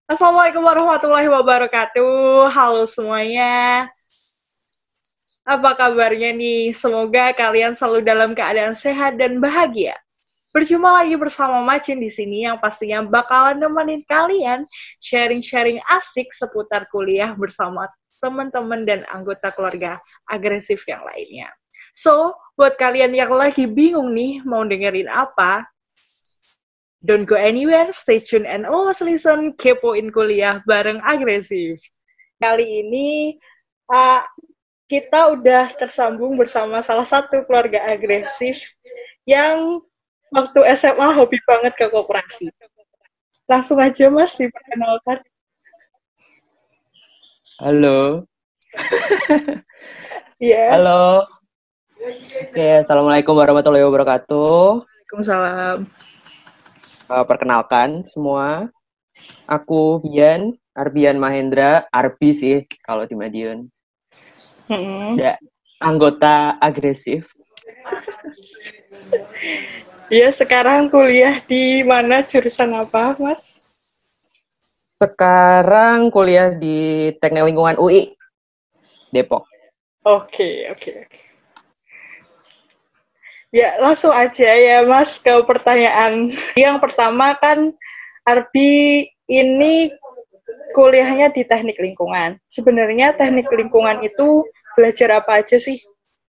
Assalamualaikum warahmatullahi wabarakatuh. Halo semuanya. Apa kabarnya nih? Semoga kalian selalu dalam keadaan sehat dan bahagia. Berjumpa lagi bersama Macin di sini yang pastinya bakalan nemenin kalian sharing-sharing asik seputar kuliah bersama teman-teman dan anggota keluarga agresif yang lainnya. So, buat kalian yang lagi bingung nih mau dengerin apa, don't go anywhere, stay tuned and always listen, kepoin kuliah bareng agresif. Kali ini uh, kita udah tersambung bersama salah satu keluarga agresif yang waktu SMA hobi banget ke koperasi. Langsung aja Mas diperkenalkan. Halo. Iya. Halo. Oke, Assalamualaikum warahmatullahi wabarakatuh. Waalaikumsalam. Perkenalkan semua, aku Bian, Arbian Mahendra, Arbi sih kalau di Madiun. Anggota agresif. Iya, sekarang kuliah di mana, jurusan apa, Mas? Sekarang kuliah di Teknik Lingkungan UI, Depok. Oke. Ya, langsung aja ya Mas ke pertanyaan. Yang pertama kan, Arbi ini kuliahnya di teknik lingkungan. Sebenarnya teknik lingkungan itu belajar apa aja sih?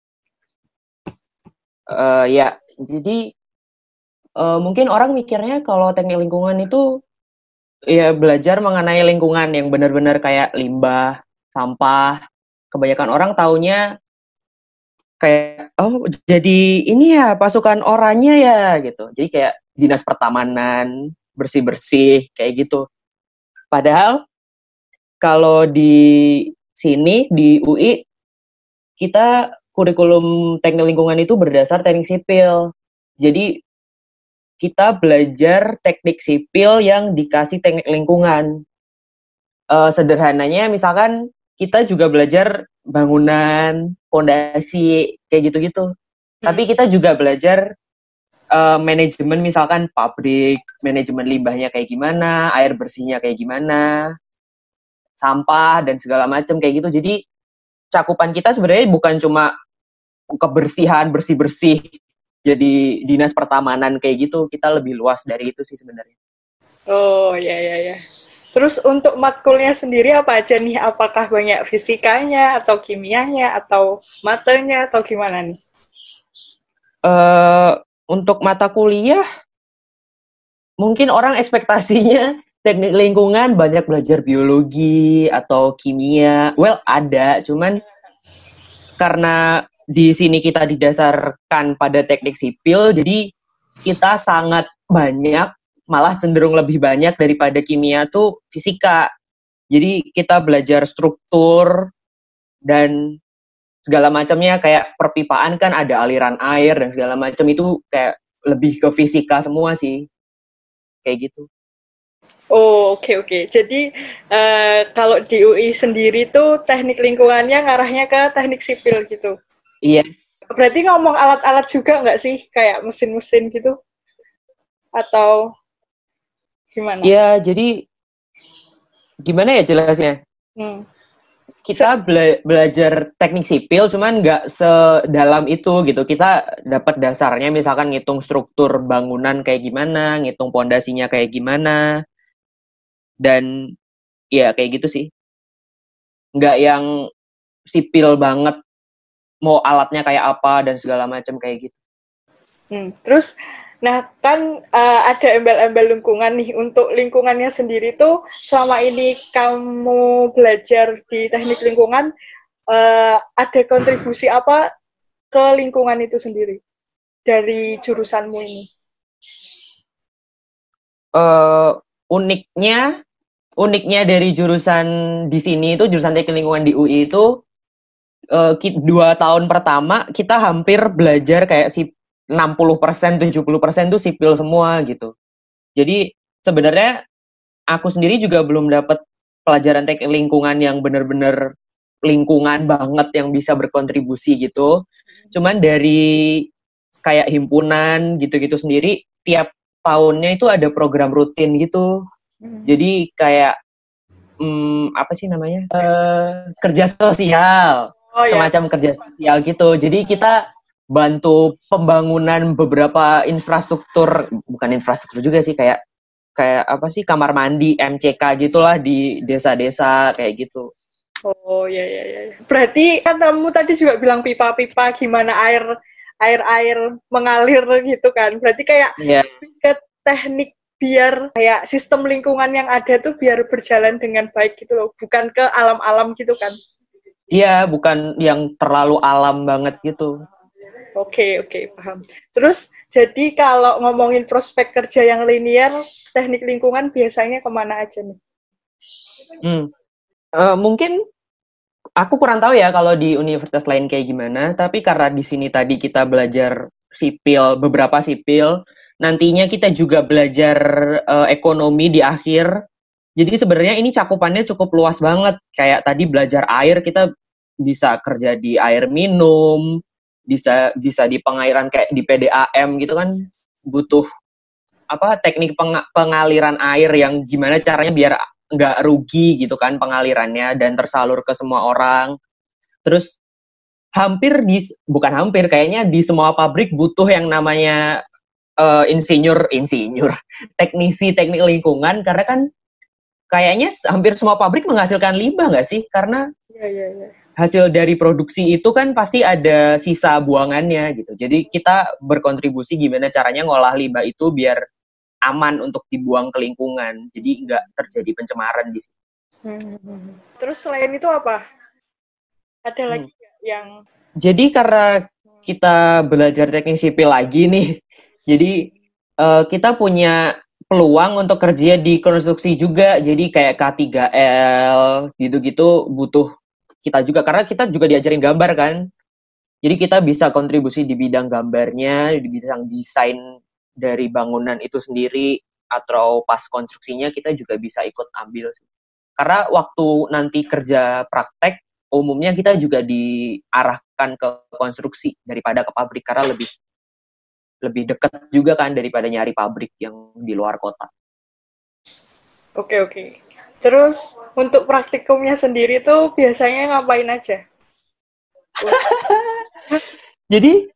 Ya, jadi mungkin orang mikirnya kalau teknik lingkungan itu ya belajar mengenai lingkungan yang benar-benar kayak limbah, sampah. Kebanyakan orang taunya kayak jadi ini ya pasukan oranye ya gitu. Jadi kayak dinas pertamanan, bersih-bersih kayak gitu. Padahal kalau di sini di UI kita kurikulum teknik lingkungan itu berdasar teknik sipil. Jadi kita belajar teknik sipil yang dikasih teknik lingkungan. Sederhananya misalkan kita juga belajar bangunan, fondasi, kayak gitu-gitu. Tapi kita juga belajar manajemen misalkan pabrik, manajemen limbahnya kayak gimana, air bersihnya kayak gimana, sampah dan segala macam kayak gitu. Jadi cakupan kita sebenarnya bukan cuma kebersihan, bersih-bersih jadi dinas pertamanan kayak gitu, kita lebih luas dari itu sih sebenarnya. Oh, ya. Terus untuk matkulnya sendiri apa aja nih? Apakah banyak fisikanya, atau kimianya, atau matanya, atau gimana nih? Untuk mata kuliah, mungkin orang ekspektasinya teknik lingkungan banyak belajar biologi atau kimia. Well, ada, cuman karena di sini kita didasarkan pada teknik sipil, jadi kita sangat banyak, malah cenderung lebih banyak daripada kimia tuh fisika. Jadi kita belajar struktur dan segala macamnya, kayak perpipaan kan ada aliran air dan segala macam, itu kayak lebih ke fisika semua sih. Kayak gitu. Oh, oke. Jadi, kalau di UI sendiri tuh teknik lingkungannya ngarahnya ke teknik sipil gitu? Yes. Berarti ngomong alat-alat juga nggak sih? Kayak mesin-mesin gitu? Atau gimana? Ya, jadi gimana ya jelasnya? Kita belajar teknik sipil, cuman nggak sedalam itu gitu. Kita dapat dasarnya, misalkan ngitung struktur bangunan kayak gimana, ngitung pondasinya kayak gimana, dan ya kayak gitu sih. Nggak yang sipil banget, mau alatnya kayak apa dan segala macam kayak gitu. Terus, nah kan ada embel-embel lingkungan nih. Untuk lingkungannya sendiri tuh, selama ini kamu belajar di teknik lingkungan, ada kontribusi apa ke lingkungan itu sendiri dari jurusanmu ini? Uniknya dari jurusan di sini itu, jurusan teknik lingkungan di UI itu, 2 tahun pertama kita hampir belajar kayak 60%, 70% tuh sipil semua gitu. Jadi sebenarnya aku sendiri juga belum dapat pelajaran teknik lingkungan yang benar-benar lingkungan banget yang bisa berkontribusi gitu. Cuman dari kayak himpunan gitu-gitu sendiri, tiap tahunnya itu ada program rutin gitu. Jadi kayak apa sih namanya, kerja sosial, semacam kerja sosial gitu. Jadi kita bantu pembangunan beberapa infrastruktur, bukan infrastruktur juga sih, kayak apa sih, kamar mandi, MCK gitulah di desa-desa kayak gitu. Oh ya. Berarti kan kamu tadi juga bilang pipa-pipa, gimana air mengalir gitu kan. Berarti kayak ke teknik biar kayak sistem lingkungan yang ada tuh biar berjalan dengan baik gitu loh, bukan ke alam-alam gitu kan. Iya, bukan yang terlalu alam banget gitu. Oke, paham. Terus, jadi kalau ngomongin prospek kerja yang linear, teknik lingkungan biasanya kemana aja nih? Mungkin aku kurang tahu ya kalau di universitas lain kayak gimana, tapi karena di sini tadi kita belajar sipil, beberapa sipil, nantinya kita juga belajar ekonomi di akhir. Jadi sebenarnya ini cakupannya cukup luas banget. Kayak tadi belajar air, kita bisa kerja di air minum, bisa di pengairan kayak di PDAM gitu kan, butuh teknik pengaliran air yang gimana caranya biar nggak rugi gitu kan pengalirannya dan tersalur ke semua orang. Terus kayaknya di semua pabrik butuh yang namanya insinyur teknisi teknik lingkungan, karena kan kayaknya hampir semua pabrik menghasilkan limbah nggak sih? Karena hasil dari produksi itu kan pasti ada sisa buangannya gitu. Jadi kita berkontribusi gimana caranya ngolah limbah itu biar aman untuk dibuang ke lingkungan. Jadi nggak terjadi pencemaran di situ. Terus selain itu apa? Ada lagi yang... Jadi karena kita belajar teknik sipil lagi nih, jadi kita punya peluang untuk kerja di konstruksi juga. Jadi kayak K3L gitu-gitu butuh kita juga, karena kita juga diajarin gambar kan. Jadi kita bisa kontribusi di bidang gambarnya, di bidang desain dari bangunan itu sendiri, atau pas konstruksinya kita juga bisa ikut ambil. Karena waktu nanti kerja praktek, umumnya kita juga diarahkan ke konstruksi daripada ke pabrik, karena lebih dekat juga kan daripada nyari pabrik yang di luar kota. Oke. Terus untuk praktikumnya sendiri tuh biasanya ngapain aja? Jadi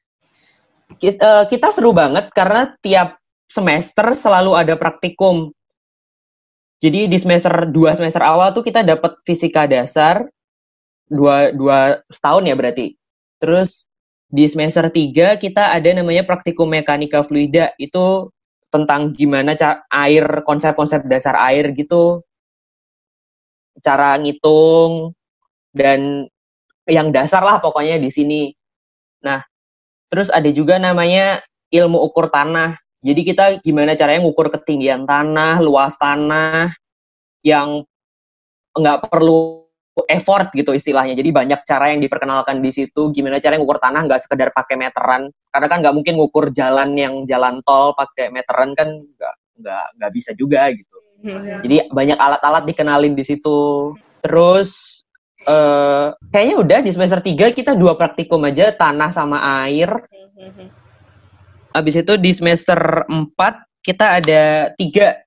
kita seru banget karena tiap semester selalu ada praktikum. Jadi di dua semester awal tuh kita dapat fisika dasar, dua setahun ya berarti. Terus di semester 3 kita ada namanya praktikum mekanika fluida, itu tentang gimana air, konsep-konsep dasar air gitu, cara ngitung, dan yang dasar lah pokoknya di sini. Nah, terus ada juga namanya ilmu ukur tanah. Jadi kita gimana caranya ngukur ketinggian tanah, luas tanah, yang nggak perlu effort gitu istilahnya. Jadi banyak cara yang diperkenalkan di situ. Gimana caranya ngukur tanah nggak sekedar pakai meteran. Karena kan nggak mungkin ngukur jalan tol pakai meteran kan nggak bisa juga gitu. Jadi banyak alat-alat dikenalin di situ. Terus kayaknya udah di semester 3 kita 2 praktikum aja, tanah sama air. Habis itu di semester 4 kita ada 3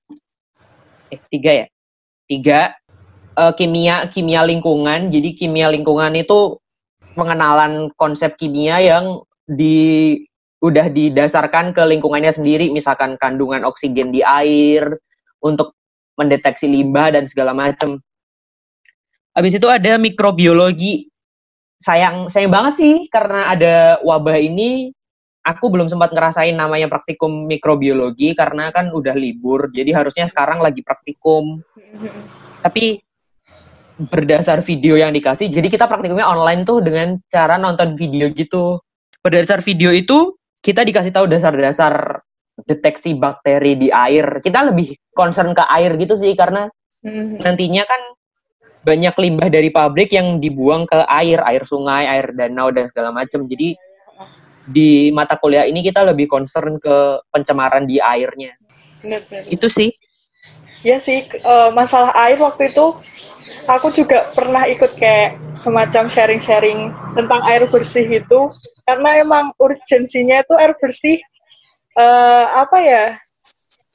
kimia lingkungan. Jadi kimia lingkungan itu pengenalan konsep kimia yang udah didasarkan ke lingkungannya sendiri, misalkan kandungan oksigen di air untuk mendeteksi limbah dan segala macam. Habis itu ada mikrobiologi. Sayang banget sih karena ada wabah ini, aku belum sempat ngerasain namanya praktikum mikrobiologi karena kan udah libur. Jadi harusnya sekarang lagi praktikum. Tapi berdasar video yang dikasih, jadi kita praktikumnya online tuh dengan cara nonton video gitu. Berdasar video itu kita dikasih tahu dasar-dasar deteksi bakteri di air. Kita lebih concern ke air gitu sih, karena nantinya kan banyak limbah dari pabrik yang dibuang ke air sungai, air danau, dan segala macam. Jadi di mata kuliah ini kita lebih concern ke pencemaran di airnya. Benar. Itu sih. Ya sih, masalah air waktu itu aku juga pernah ikut kayak semacam sharing-sharing tentang air bersih itu, karena emang urgensinya itu air bersih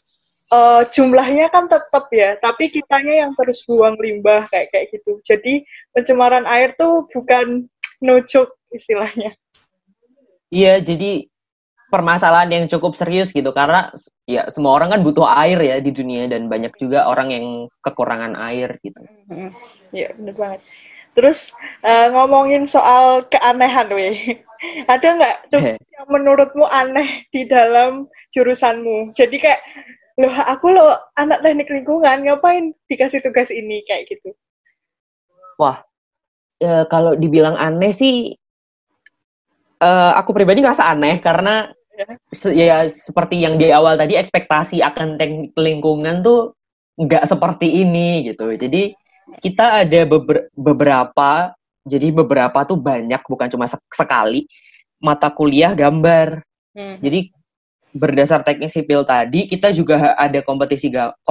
jumlahnya kan tetap ya, tapi kitanya yang terus buang limbah kayak kayak gitu. Jadi pencemaran air tuh bukan no joke istilahnya. Iya, jadi permasalahan yang cukup serius gitu karena ya semua orang kan butuh air ya di dunia dan banyak juga orang yang kekurangan air gitu. Iya, bener banget. Terus ngomongin soal keanehan, weh. Ada nggak tugas yang menurutmu aneh di dalam jurusanmu? Jadi kayak, loh anak teknik lingkungan, ngapain dikasih tugas ini? Kayak gitu. Wah, ya, kalau dibilang aneh sih, aku pribadi ngerasa aneh karena ya seperti yang di awal tadi ekspektasi akan teknik lingkungan tuh nggak seperti ini gitu. Jadi kita ada beberapa, jadi beberapa tuh banyak, bukan cuma sekali mata kuliah gambar. Jadi berdasar teknik sipil tadi kita juga ada kompetensi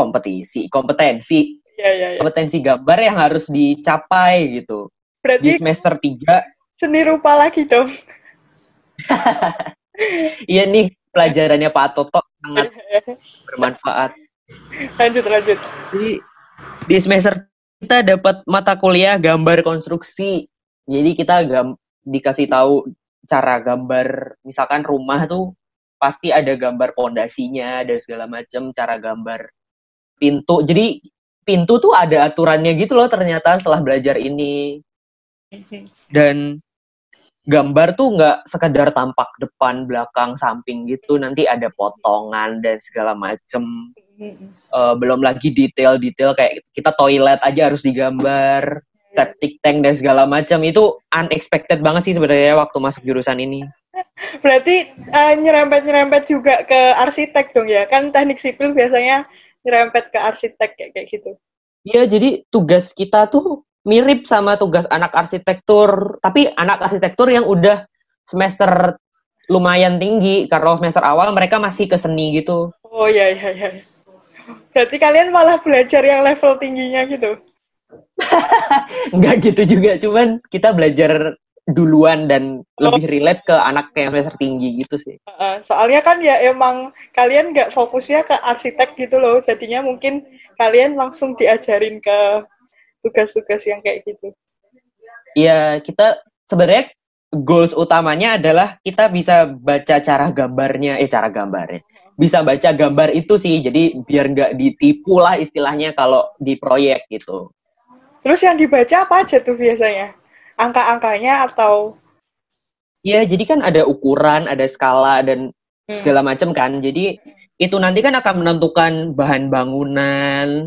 kompetensi gambar yang harus dicapai gitu. Berarti di semester 3 seni rupa lagi dong. Iya nih, pelajarannya Pak Toto sangat bermanfaat. Lanjut. Jadi di semester kita dapat mata kuliah gambar konstruksi. Jadi kita dikasih tahu cara gambar, misalkan rumah tuh pasti ada gambar pondasinya dan segala macam, cara gambar pintu. Jadi pintu tuh ada aturannya gitu loh ternyata setelah belajar ini. Dan gambar tuh nggak sekedar tampak depan, belakang, samping gitu, nanti ada potongan dan segala macem. Belum lagi detail-detail kayak kita toilet aja harus digambar, septic tank dan segala macam. Itu unexpected banget sih sebenarnya waktu masuk jurusan ini. Berarti nyerempet juga ke arsitek dong ya? Kan teknik sipil biasanya nyerempet ke arsitek kayak gitu. Iya, jadi tugas kita tuh mirip sama tugas anak arsitektur, tapi anak arsitektur yang udah semester lumayan tinggi, karena semester awal mereka masih ke seni gitu. Oh iya. Berarti kalian malah belajar yang level tingginya gitu? Enggak gitu juga, cuman kita belajar duluan dan lebih relate ke anak yang semester tinggi gitu sih. Soalnya kan ya emang kalian nggak fokusnya ke arsitek gitu loh, jadinya mungkin kalian langsung diajarin ke tugas-tugas yang kayak gitu. Iya, kita sebenarnya goals utamanya adalah kita bisa baca cara gambarnya, bisa baca gambar itu sih, jadi biar nggak ditipu lah istilahnya kalau di proyek gitu. Terus yang dibaca apa aja tuh biasanya? Angka-angkanya atau? Iya, jadi kan ada ukuran, ada skala, dan segala macam kan. Jadi itu nanti kan akan menentukan bahan bangunan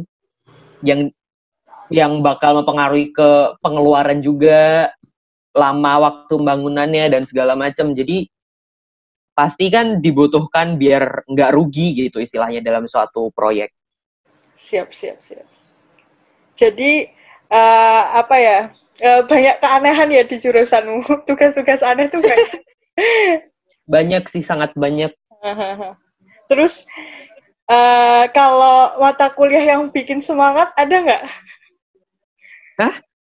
yang bakal mempengaruhi ke pengeluaran juga, lama waktu bangunannya, dan segala macam. Jadi pasti kan dibutuhkan biar nggak rugi gitu istilahnya dalam suatu proyek. Siap. Jadi apa ya? Banyak keanehan ya di jurusanmu. Tugas-tugas aneh tuh kayak banyak sih, sangat banyak. Terus kalau mata kuliah yang bikin semangat ada nggak? Hah?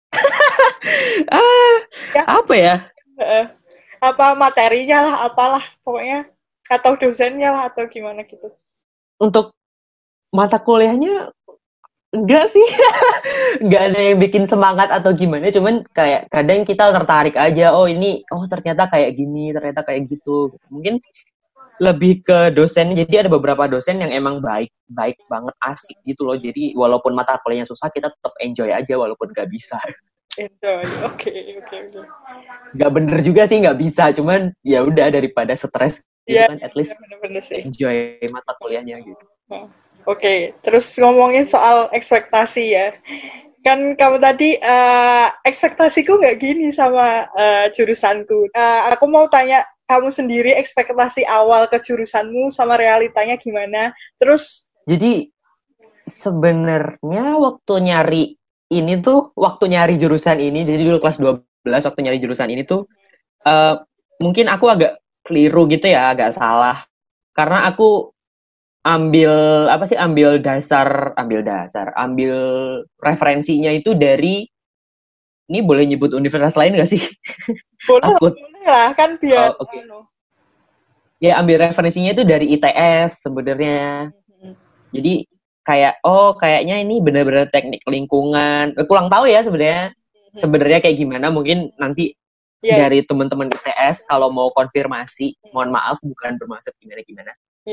Apa ya? Apa materinya lah, apalah pokoknya, atau dosennya lah, atau gimana gitu? Untuk mata kuliahnya enggak sih. Enggak ada yang bikin semangat atau gimana, cuman kayak kadang kita tertarik aja, ternyata kayak gini, ternyata kayak gitu. Mungkin lebih ke dosen, jadi ada beberapa dosen yang emang baik banget, asik gitu loh. Jadi walaupun mata kuliahnya susah, kita tetap enjoy aja walaupun nggak bisa. Enjoy, oke. Nggak bener juga sih nggak bisa, cuman ya udah daripada stres gitu kan, at least bener sih. Enjoy mata kuliahnya gitu. Oke, terus ngomongin soal ekspektasi ya. Kan kamu tadi ekspektasiku nggak gini sama jurusanku. Aku mau tanya kamu sendiri, ekspektasi awal ke jurusanmu sama realitanya gimana? Terus? Jadi sebenarnya waktu nyari jurusan ini, jadi dulu kelas 12 waktu nyari jurusan ini tuh mungkin aku agak keliru gitu ya, agak salah. Karena aku ambil referensinya itu dari, ini boleh nyebut universitas lain nggak sih? Boleh lah, kan biar. Okay. Ya, ambil referensinya itu dari ITS sebenarnya. Jadi kayak kayaknya ini benar-benar teknik lingkungan. Kurang tahu ya sebenarnya kayak gimana. Mungkin nanti dari teman-teman ITS kalau mau konfirmasi, mohon maaf bukan bermaksud gimana-gimana.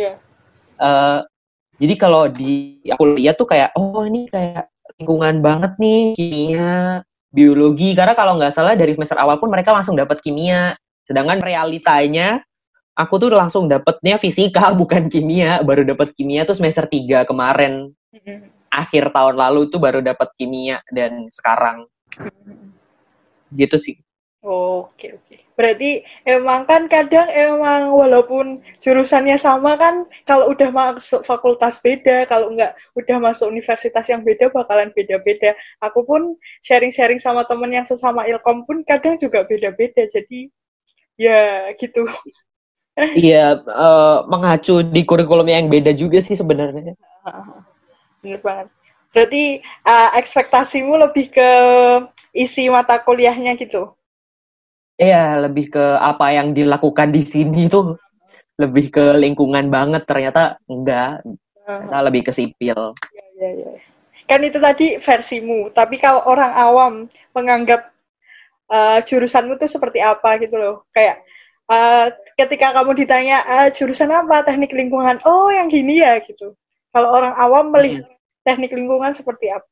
Jadi kalau aku lihat tuh kayak ini kayak lingkungan banget nih, kimia, biologi. Karena kalau nggak salah dari semester awal pun mereka langsung dapat kimia. Sedangkan realitanya aku tuh langsung dapetnya fisika bukan kimia. Baru dapat kimia tuh semester 3 kemarin. Akhir tahun lalu tuh baru dapat kimia dan sekarang. Gitu sih. Oke. Berarti emang kan kadang emang walaupun jurusannya sama kan, kalau udah masuk fakultas beda, kalau nggak udah masuk universitas yang beda bakalan beda-beda. Aku pun sharing-sharing sama temen yang sesama ilkom pun kadang juga beda-beda. Jadi ya gitu. Iya, mengacu di kurikulum yang beda juga sih sebenarnya. Bener banget. Berarti ekspektasimu lebih ke isi mata kuliahnya gitu? Iya, lebih ke apa yang dilakukan di sini tuh lebih ke lingkungan banget. Ternyata enggak, ternyata lebih ke sipil. Ya. Kan itu tadi versimu, tapi kalau orang awam menganggap jurusanmu tuh seperti apa gitu loh. Kayak ketika kamu ditanya jurusan apa, teknik lingkungan, oh yang gini ya gitu. Kalau orang awam melihat teknik lingkungan seperti apa?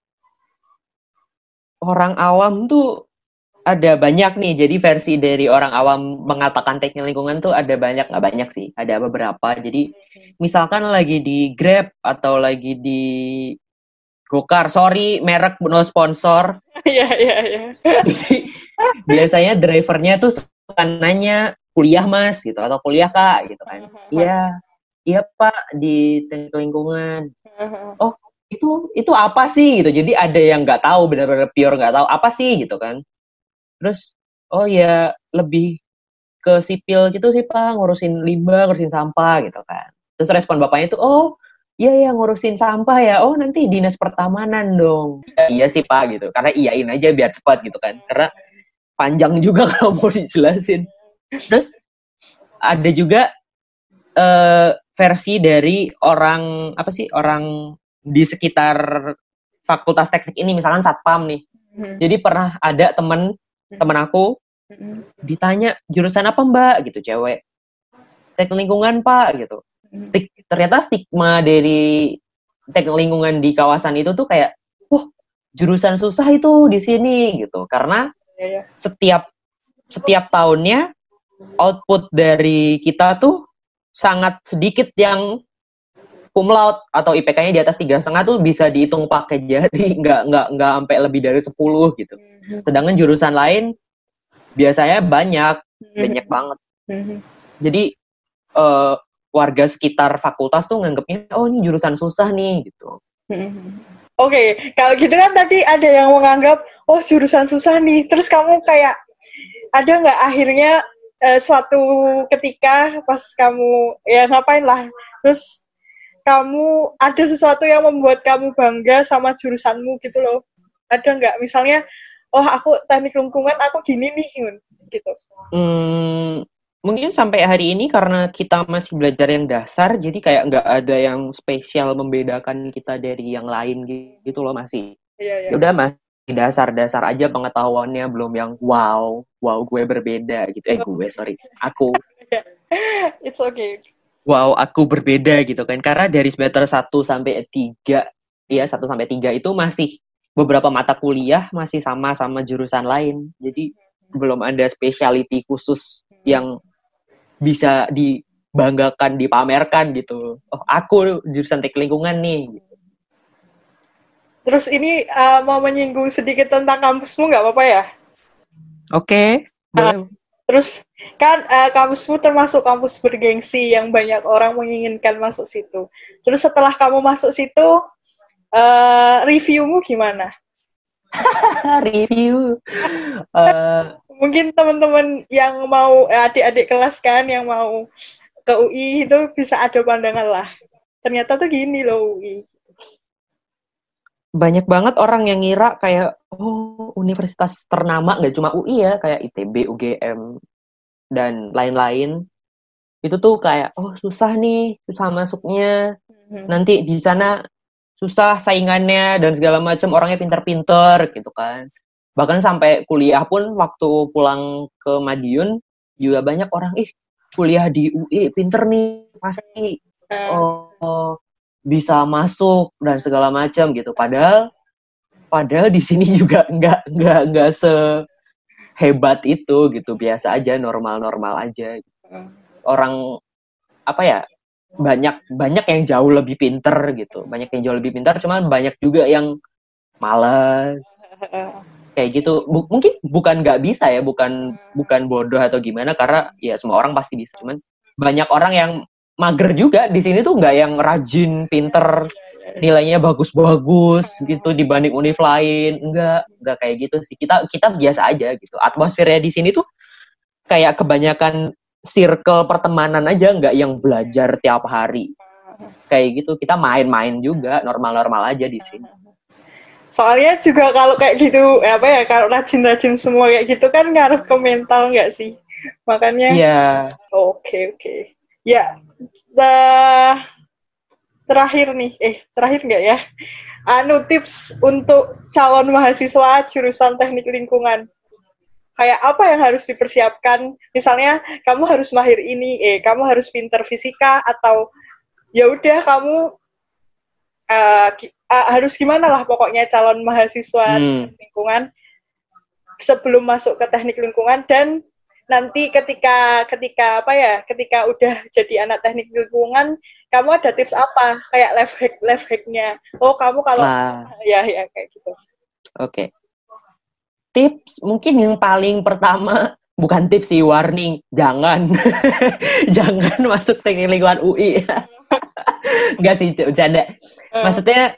Orang awam tuh ada banyak nih, jadi versi dari orang awam mengatakan teknik lingkungan tuh ada banyak, nggak banyak sih, ada beberapa. Jadi misalkan lagi di Grab atau lagi di Gokar, sorry merek no sponsor. Iya. Jadi biasanya drivernya tuh suka nanya, kuliah mas gitu, atau kuliah kak gitu kan. Iya pak di teknik lingkungan. Oh itu apa sih gitu, jadi ada yang nggak tahu, benar-benar pure nggak tahu apa sih gitu kan. Terus ya lebih ke sipil gitu sih pak, ngurusin limbah, ngurusin sampah gitu kan. Terus respon bapaknya tuh iya ngurusin sampah ya, nanti dinas pertamanan dong. Iya sih pak gitu, karena iyain aja biar cepat gitu kan, karena panjang juga kalau mau dijelasin. Terus ada juga versi dari orang di sekitar fakultas teknik ini, misalkan satpam nih. Jadi pernah ada temen aku ditanya jurusan apa mbak gitu, cewek, teknik lingkungan pak gitu. Ternyata stigma dari teknik lingkungan di kawasan itu tuh kayak jurusan susah itu di sini gitu, karena setiap tahunnya output dari kita tuh sangat sedikit yang cum laude atau IPK-nya di atas 3,5 tuh bisa dihitung pakai jari, nggak sampai lebih dari 10 gitu. Sedangkan jurusan lain biasanya banyak banget. Jadi warga sekitar fakultas tuh nganggepnya ini jurusan susah nih gitu. Oke, kalau gitu kan tadi ada yang menganggap jurusan susah nih, terus kamu kayak ada nggak akhirnya suatu ketika pas kamu ya ngapain lah, terus kamu ada sesuatu yang membuat kamu bangga sama jurusanmu gitu loh, ada nggak? Misalnya aku teknik lingkungan aku gini nih gitu. Mungkin sampai hari ini karena kita masih belajar yang dasar, jadi kayak nggak ada yang spesial membedakan kita dari yang lain gitu loh, masih. Iya. Udah masih dasar-dasar aja pengetahuannya, belum yang wow gue berbeda gitu. Aku. It's okay. Wow, aku berbeda gitu kan. Karena dari semester 1 sampai 3, ya 1 sampai 3 itu masih beberapa mata kuliah masih sama jurusan lain. Jadi belum ada specialty khusus yang bisa dibanggakan, dipamerkan gitu. Aku jurusan teknik lingkungan nih gitu. Terus ini mau menyinggung sedikit tentang kampusmu, nggak apa-apa ya? Oke, boleh. Terus kan kampusmu termasuk kampus bergengsi yang banyak orang menginginkan masuk situ. Terus setelah kamu masuk situ, reviewmu gimana? Review. Mungkin teman-teman yang mau, adik-adik kelas kan, yang mau ke UI itu bisa ada pandangan lah. Ternyata tuh gini loh UI. Banyak banget orang yang ngira kayak universitas ternama, nggak cuma UI ya, kayak ITB, UGM dan lain-lain itu tuh kayak susah nih, susah masuknya, nanti di sana susah saingannya dan segala macam, orangnya pinter-pinter gitu kan. Bahkan sampai kuliah pun waktu pulang ke Madiun juga banyak orang, kuliah di UI pinter nih pasti oh, bisa masuk dan segala macam gitu. Padahal di sini juga nggak sehebat itu gitu, biasa aja, normal-normal aja. Orang apa ya, banyak yang jauh lebih pinter gitu, cuman banyak juga yang malas kayak gitu. Mungkin bukan nggak bisa ya, bukan bodoh atau gimana, karena ya semua orang pasti bisa, cuman banyak orang yang mager juga di sini tuh, nggak yang rajin pinter nilainya bagus-bagus gitu dibanding univ lain, nggak kayak gitu sih. Kita biasa aja gitu, atmosfernya di sini tuh kayak kebanyakan circle pertemanan aja, nggak yang belajar tiap hari kayak gitu. Kita main-main juga normal-normal aja di sini. Soalnya juga kalau kayak gitu, apa ya, kalau rajin-rajin semua kayak gitu kan ngaruh ke mental nggak sih? Makanya, Iya. Oke. Ya, terakhir nggak ya? Tips untuk calon mahasiswa jurusan teknik lingkungan. Kayak apa yang harus dipersiapkan? Misalnya, kamu harus mahir ini, kamu harus pinter fisika, atau ya udah kamu harus gimana lah pokoknya calon mahasiswa teknik lingkungan sebelum masuk ke teknik lingkungan, dan nanti ketika udah jadi anak teknik lingkungan, kamu ada tips apa, kayak life hacknya, kamu kalau ya kayak gitu. Oke. Tips mungkin yang paling pertama, bukan tips sih, warning, jangan masuk teknik lingkungan UI. Enggak sih, bercanda. Maksudnya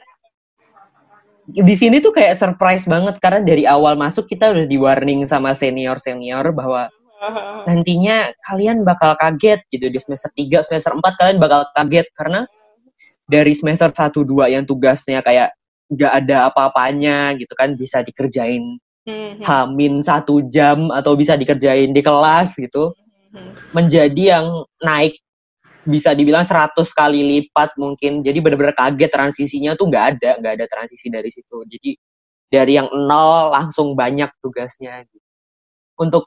di sini tuh kayak surprise banget, karena dari awal masuk kita udah di warning sama senior bahwa nantinya kalian bakal kaget gitu, di semester 3, semester 4 kalian bakal kaget, karena dari semester 1-2 yang tugasnya kayak nggak ada apa-apanya gitu kan, bisa dikerjain H-1 jam atau bisa dikerjain di kelas gitu, menjadi yang naik bisa dibilang 100 kali lipat mungkin. Jadi benar-benar kaget, transisinya tuh nggak ada transisi dari situ. Jadi dari yang 0 langsung banyak tugasnya gitu. Untuk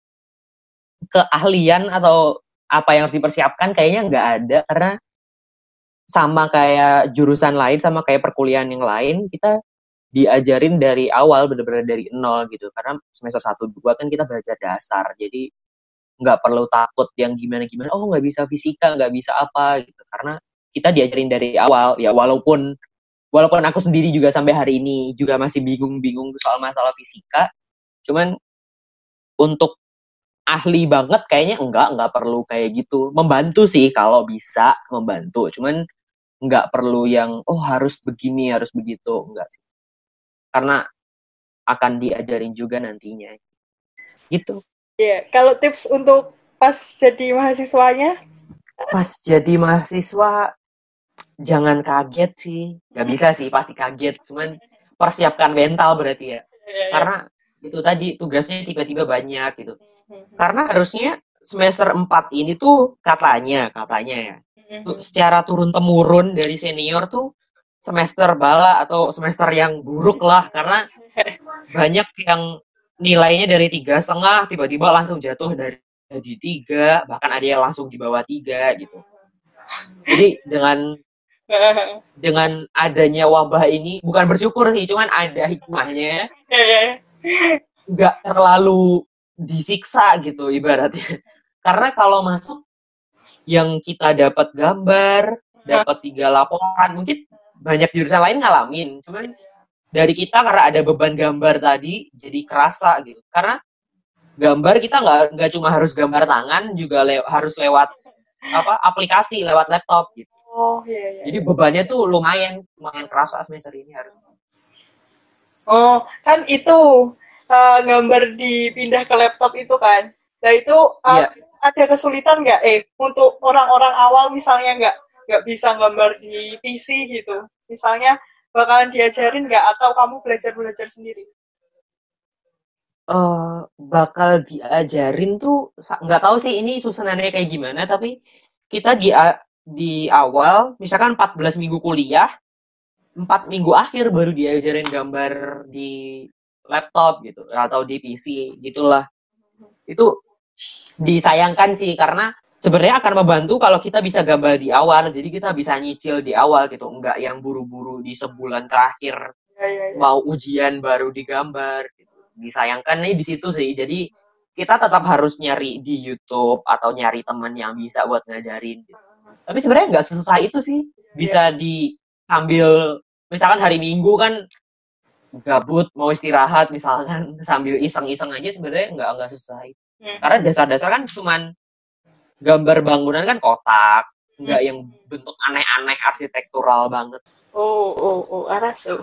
keahlian atau apa yang harus dipersiapkan kayaknya nggak ada, karena sama kayak jurusan lain, sama kayak perkuliahan yang lain, kita diajarin dari awal benar-benar dari 0 gitu. Karena semester 1-2 kan kita belajar dasar, jadi nggak perlu takut yang gimana-gimana, nggak bisa fisika, nggak bisa apa gitu, karena kita diajarin dari awal. Ya walaupun aku sendiri juga sampai hari ini juga masih bingung soal masalah fisika, cuman untuk ahli banget kayaknya nggak perlu kayak gitu. Membantu sih kalau bisa membantu, cuman nggak perlu yang harus begini harus begitu, enggak sih, karena akan diajarin juga nantinya gitu. Kalau tips untuk pas jadi mahasiswanya? Pas jadi mahasiswa jangan kaget sih, nggak bisa sih, pasti kaget, cuman persiapkan mental berarti ya, karena itu tadi tugasnya tiba-tiba banyak gitu. Karena harusnya semester 4 ini tuh katanya ya, secara turun-temurun dari senior tuh semester bala atau semester yang buruk lah, karena banyak yang nilainya dari 3,5 tiba-tiba langsung jatuh dari 3, bahkan ada yang langsung di bawah 3 gitu. Jadi dengan adanya wabah ini, bukan bersyukur sih, cuman ada hikmahnya, nggak terlalu disiksa gitu ibaratnya. Karena kalau masuk yang kita dapat gambar, dapat 3 laporan, mungkin banyak jurusan lain ngalamin, cuman dari kita karena ada beban gambar tadi jadi kerasa gitu. Karena gambar kita nggak cuma harus gambar tangan, juga harus lewat aplikasi, lewat laptop gitu. Jadi bebannya tuh lumayan kerasa semester ini harus. Kan itu gambar dipindah ke laptop itu kan. Nah itu ada kesulitan nggak? Untuk orang-orang awal misalnya nggak bisa gambar di PC gitu. Misalnya bakalan diajarin nggak, atau kamu belajar sendiri? Bakal diajarin tuh, nggak tahu sih ini susunannya kayak gimana, tapi kita di awal, misalkan 14 minggu kuliah, 4 minggu akhir baru diajarin gambar di laptop gitu atau di PC gitulah. Itu disayangkan sih karena sebenarnya akan membantu kalau kita bisa gambar di awal, jadi kita bisa nyicil di awal gitu, enggak yang buru-buru di sebulan terakhir mau ujian baru digambar gitu. Disayangkan nih di situ sih. Jadi kita tetap harus nyari di YouTube atau nyari teman yang bisa buat ngajarin gitu. Tapi sebenarnya nggak sesusah itu sih. Bisa sambil misalkan hari Minggu kan gabut mau istirahat misalkan sambil iseng-iseng aja sebenarnya nggak susah. Karena dasar-dasar kan cuman gambar bangunan kan kotak, nggak yang bentuk aneh-aneh arsitektural banget. Arasu.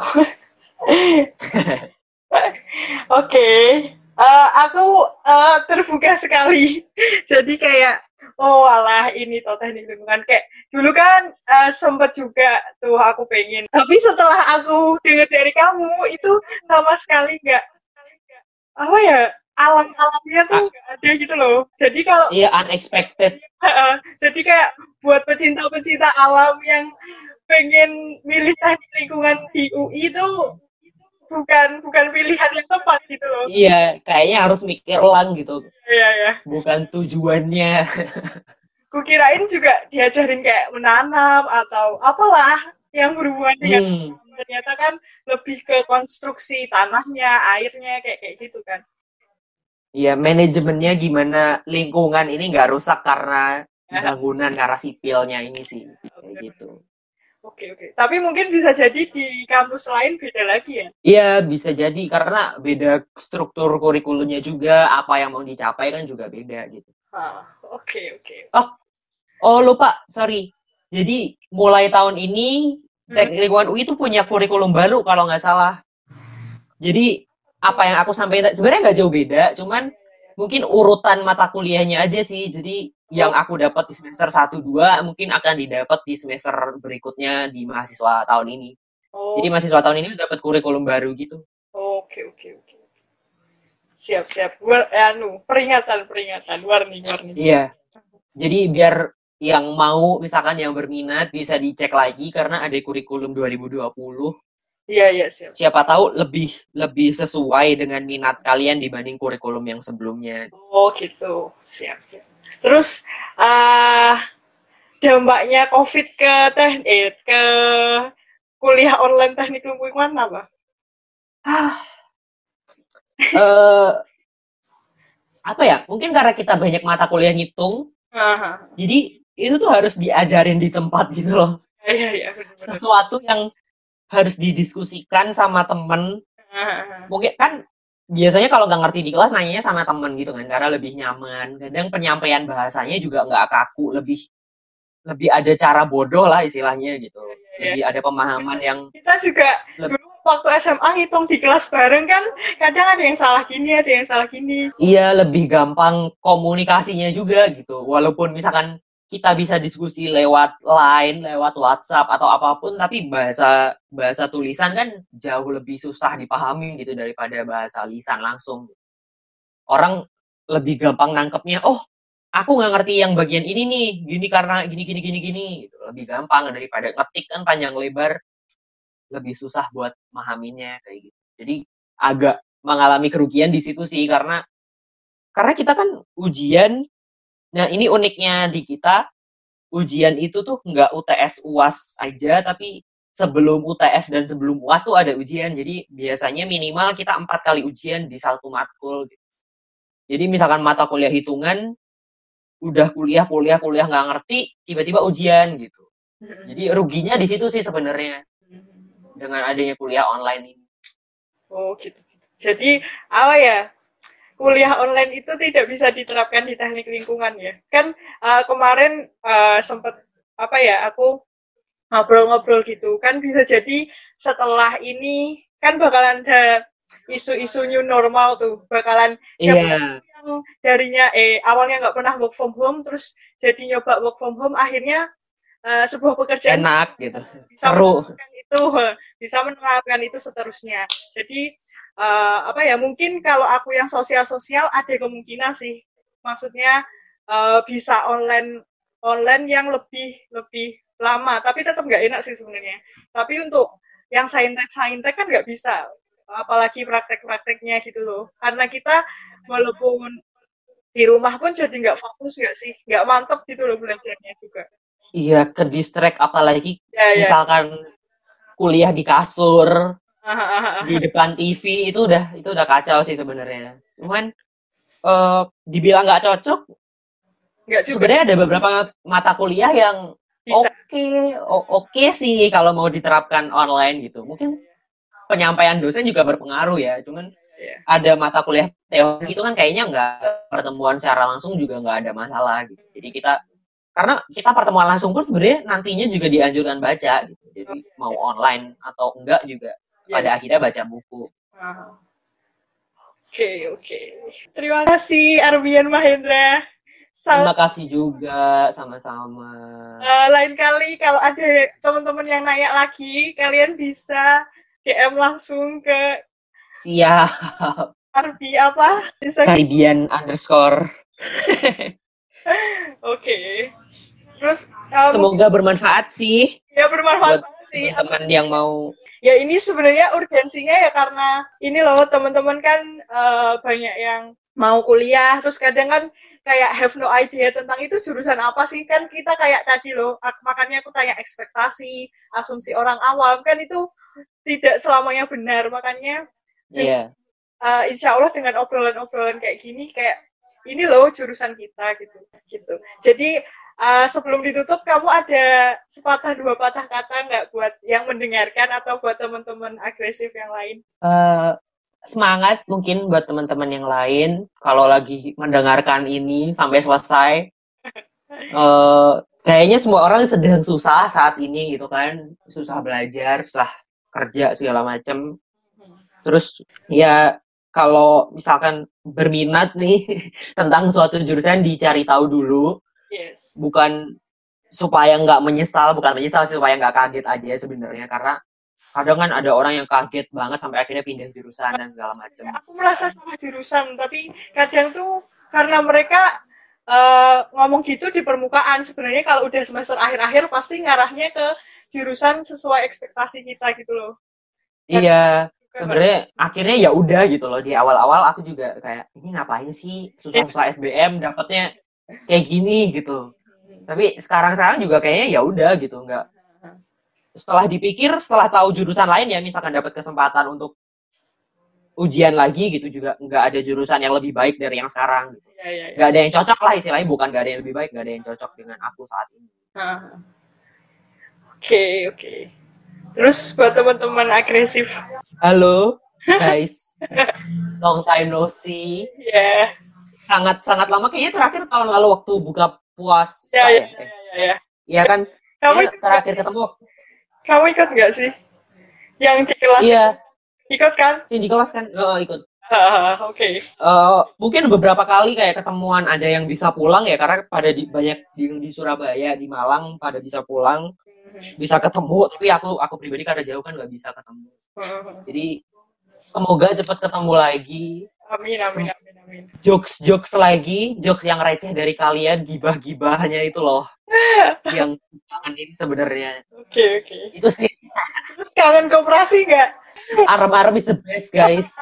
Oke. Aku terbuka sekali. Jadi kayak, oh alah ini toh teknik lingkungan. Kayak dulu kan sempet juga tuh aku pengen. Tapi setelah aku dengar dari kamu, itu sama sekali nggak, apa ya, alam-alamnya tuh nggak ada gitu loh. Jadi kalau iya, unexpected. jadi kayak buat pecinta-pecinta alam yang pengen milih teknik lingkungan di UI itu bukan pilihan yang tepat gitu loh. Iya, kayaknya harus mikir ulang gitu. Iya. Bukan tujuannya. Kukirain juga diajarin kayak menanam atau apalah yang berhubungan dengan ternyata kan lebih ke konstruksi tanahnya, airnya kayak gitu kan. Iya, manajemennya gimana lingkungan ini nggak rusak karena bangunan, karena sipilnya ini sih. Kayak gitu. Oke. Tapi mungkin bisa jadi di kampus lain beda lagi ya? Iya, bisa jadi karena beda struktur kurikulumnya juga, apa yang mau dicapai kan juga beda gitu. Oke. Oh lupa, sorry. Jadi mulai tahun ini Teknik Lingkungan UI itu punya kurikulum baru kalau nggak salah. Jadi apa yang aku sampaikan sebenarnya nggak jauh beda, cuman mungkin urutan mata kuliahnya aja sih. Jadi yang aku dapat di semester 1-2 mungkin akan didapat di semester berikutnya di mahasiswa tahun ini. Jadi mahasiswa tahun ini dapat kurikulum baru gitu. Oke. Siap. Peringatan, warning. Iya. Jadi biar yang mau, misalkan yang berminat bisa dicek lagi karena ada kurikulum 2020. Iya, siap. Siapa tahu lebih sesuai dengan minat kalian dibanding kurikulum yang sebelumnya. Oh gitu, siap. Terus dampaknya COVID ke kuliah online teknik lingkungan apa? Apa ya? Mungkin karena kita banyak mata kuliah ngitung, jadi itu tuh harus diajarin di tempat gitu loh. Iya. Sesuatu yang harus didiskusikan sama temen. Mungkin kan biasanya kalau nggak ngerti di kelas nanyanya sama temen gitu kan, karena lebih nyaman. Kadang penyampaian bahasanya juga nggak kaku, lebih ada cara bodoh lah istilahnya gitu. Lebih ada pemahaman yang kita juga dulu waktu SMA ngitung di kelas bareng kan kadang ada yang salah gini. Iya, lebih gampang komunikasinya juga gitu. Walaupun misalkan kita bisa diskusi lewat line, lewat WhatsApp atau apapun, tapi bahasa tulisan kan jauh lebih susah dipahami gitu daripada bahasa lisan langsung. Orang lebih gampang nangkepnya, oh aku nggak ngerti yang bagian ini nih, gini karena gini gitu. Lebih gampang daripada ngetik kan panjang lebar, lebih susah buat memahaminya kayak gitu. Jadi agak mengalami kerugian di situ sih karena kita kan ujian. Nah ini uniknya di kita, ujian itu tuh nggak UTS UAS aja, tapi sebelum UTS dan sebelum UAS tuh ada ujian. Jadi biasanya minimal kita 4 kali ujian di satu matkul. Jadi misalkan mata kuliah hitungan, udah kuliah nggak ngerti, tiba-tiba ujian gitu. Jadi ruginya di situ sih sebenarnya dengan adanya kuliah online ini. Oh gitu. Jadi apa ya? Kuliah online itu tidak bisa diterapkan di teknik lingkungan ya. Kan kemarin sempat aku ngobrol-ngobrol gitu. Kan bisa jadi setelah ini kan bakalan ada isu-isu new normal tuh. Bakalan siapa yang darinya awalnya nggak pernah work from home terus jadi nyoba work from home, akhirnya sebuah pekerjaan enak gitu. Seru. Bisa menerapkan itu seterusnya. Jadi mungkin kalau aku yang sosial ada kemungkinan sih, maksudnya bisa online online yang lebih lama, tapi tetap nggak enak sih sebenarnya. Tapi untuk yang saintek kan nggak bisa, apalagi praktek-prakteknya gitu loh. Karena kita walaupun di rumah pun jadi nggak fokus nggak sih, nggak mantep gitu loh belajarnya juga. Iya, ke distract apalagi Ya, ya. misalkan kuliah di kasur, di depan TV itu udah kacau sih sebenarnya. Cuman dibilang nggak cocok, Nggak juga. sebenarnya ada beberapa mata kuliah yang Bisa. oke sih kalau mau diterapkan online gitu. Mungkin penyampaian dosen juga berpengaruh ya. Cuman ada mata kuliah teori itu kan kayaknya nggak, pertemuan secara langsung juga nggak ada masalah gitu. Jadi karena kita pertemuan langsung pun sebenarnya nantinya juga dianjurkan baca gitu. Jadi mau online atau enggak juga pada akhirnya baca buku. Oke. Terima kasih Arbian Mahendra. Terima kasih juga, sama-sama. Lain kali kalau ada teman-teman yang nanya lagi, kalian bisa DM langsung ke Siap. Arbi apa? Caribbean _ Oke. Terus semoga bermanfaat sih. Ya bermanfaat buat sih. Teman-teman yang mau. Ya ini sebenarnya urgensinya ya karena ini loh teman-teman kan banyak yang mau kuliah, terus kadang kan kayak have no idea tentang itu jurusan apa sih, kan kita kayak tadi loh, makanya aku tanya ekspektasi, asumsi orang awam, kan itu tidak selamanya benar, makanya insya Allah dengan obrolan-obrolan kayak gini, kayak ini loh jurusan kita gitu. Jadi sebelum ditutup, kamu ada sepatah dua patah kata nggak buat yang mendengarkan atau buat teman-teman agresif yang lain? Semangat mungkin buat teman-teman yang lain kalau lagi mendengarkan ini sampai selesai. Kayaknya semua orang sedang susah saat ini gitu kan, susah belajar, susah kerja segala macam. Terus ya kalau misalkan berminat nih tentang suatu jurusan, dicari tahu dulu. Yes. Bukan supaya nggak menyesal, supaya nggak kaget aja sebenarnya, karena kadang kan ada orang yang kaget banget sampai akhirnya pindah jurusan dan segala macam. Aku merasa salah jurusan, tapi kadang tuh karena mereka ngomong gitu di permukaan, sebenarnya kalau udah semester akhir-akhir pasti ngarahnya ke jurusan sesuai ekspektasi kita gitu loh. Iya, sebenarnya akhirnya ya udah gitu loh. Di awal-awal aku juga kayak, ini ngapain sih susah-susah SBM dapatnya kayak gini gitu. Tapi sekarang juga kayaknya ya udah gitu, nggak. Setelah dipikir, setelah tahu jurusan lain ya, misalkan dapat kesempatan untuk ujian lagi gitu, juga nggak ada jurusan yang lebih baik dari yang sekarang gitu. Nggak ada yang cocok lah istilahnya, bukan nggak ada yang lebih baik, nggak ada yang cocok dengan aku saat ini. Oke. Terus buat teman-teman agresif, halo guys, long time no see. Yeah. Sangat lama, kayaknya terakhir tahun lalu waktu buka puasa. Iya kan? Kamu terakhir ketemu. Kamu ikut nggak sih? Yang di kelas? Iya. Ikut kan? Yang di kelas kan? Ikut. Oke. Mungkin beberapa kali kayak ketemuan, ada yang bisa pulang ya, karena pada banyak di Surabaya, di Malang pada bisa pulang, bisa ketemu. Tapi aku pribadi karena jauh kan nggak bisa ketemu. Jadi semoga cepat ketemu lagi. Amin. Jokes lagi, jokes yang receh dari kalian, gibah-gibahnya itu loh. Yang kangenin sebenarnya. Oke. Itu sih. Terus kangen koperasi nggak? Arem is the best, guys.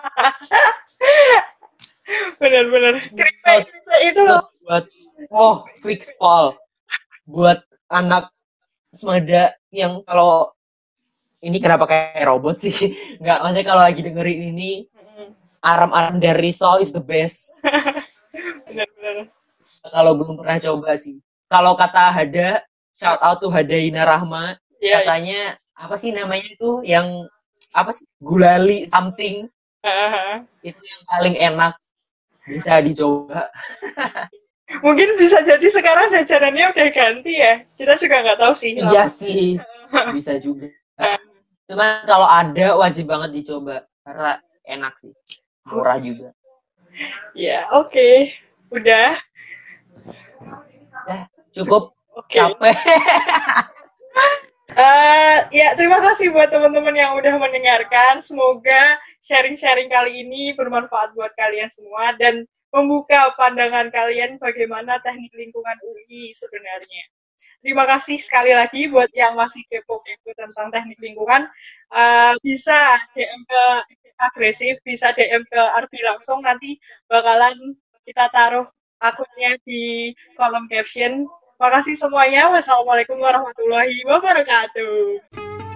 Bener. Keripik itu loh. Fix Paul. Buat anak semada yang kalau ini kenapa kayak robot sih? Nggak, maksudnya kalau lagi dengerin ini, Arem dari Rizal is the best. Bener. Kalau belum pernah coba sih. Kalau kata Hada, shout out to Hadaina Rahma, katanya apa sih namanya itu, yang apa sih, gulali something. Itu yang paling enak, bisa dicoba. Mungkin bisa jadi sekarang jajanannya udah ganti ya, kita juga nggak tahu sih. Iya sih, bisa juga. Cuman kalau ada wajib banget dicoba karena enak sih, murah juga. Ya, oke. Udah. Cukup. Capek. Ya, terima kasih buat teman-teman yang udah mendengarkan. Semoga sharing-sharing kali ini bermanfaat buat kalian semua. Dan membuka pandangan kalian bagaimana teknik lingkungan UI sebenarnya. Terima kasih sekali lagi buat yang masih kepo-kepo tentang teknik lingkungan. Bisa DM ke agresif, bisa DM ke Arbi langsung, nanti bakalan kita taruh akunnya di kolom caption. Makasih semuanya. Wassalamualaikum warahmatullahi wabarakatuh.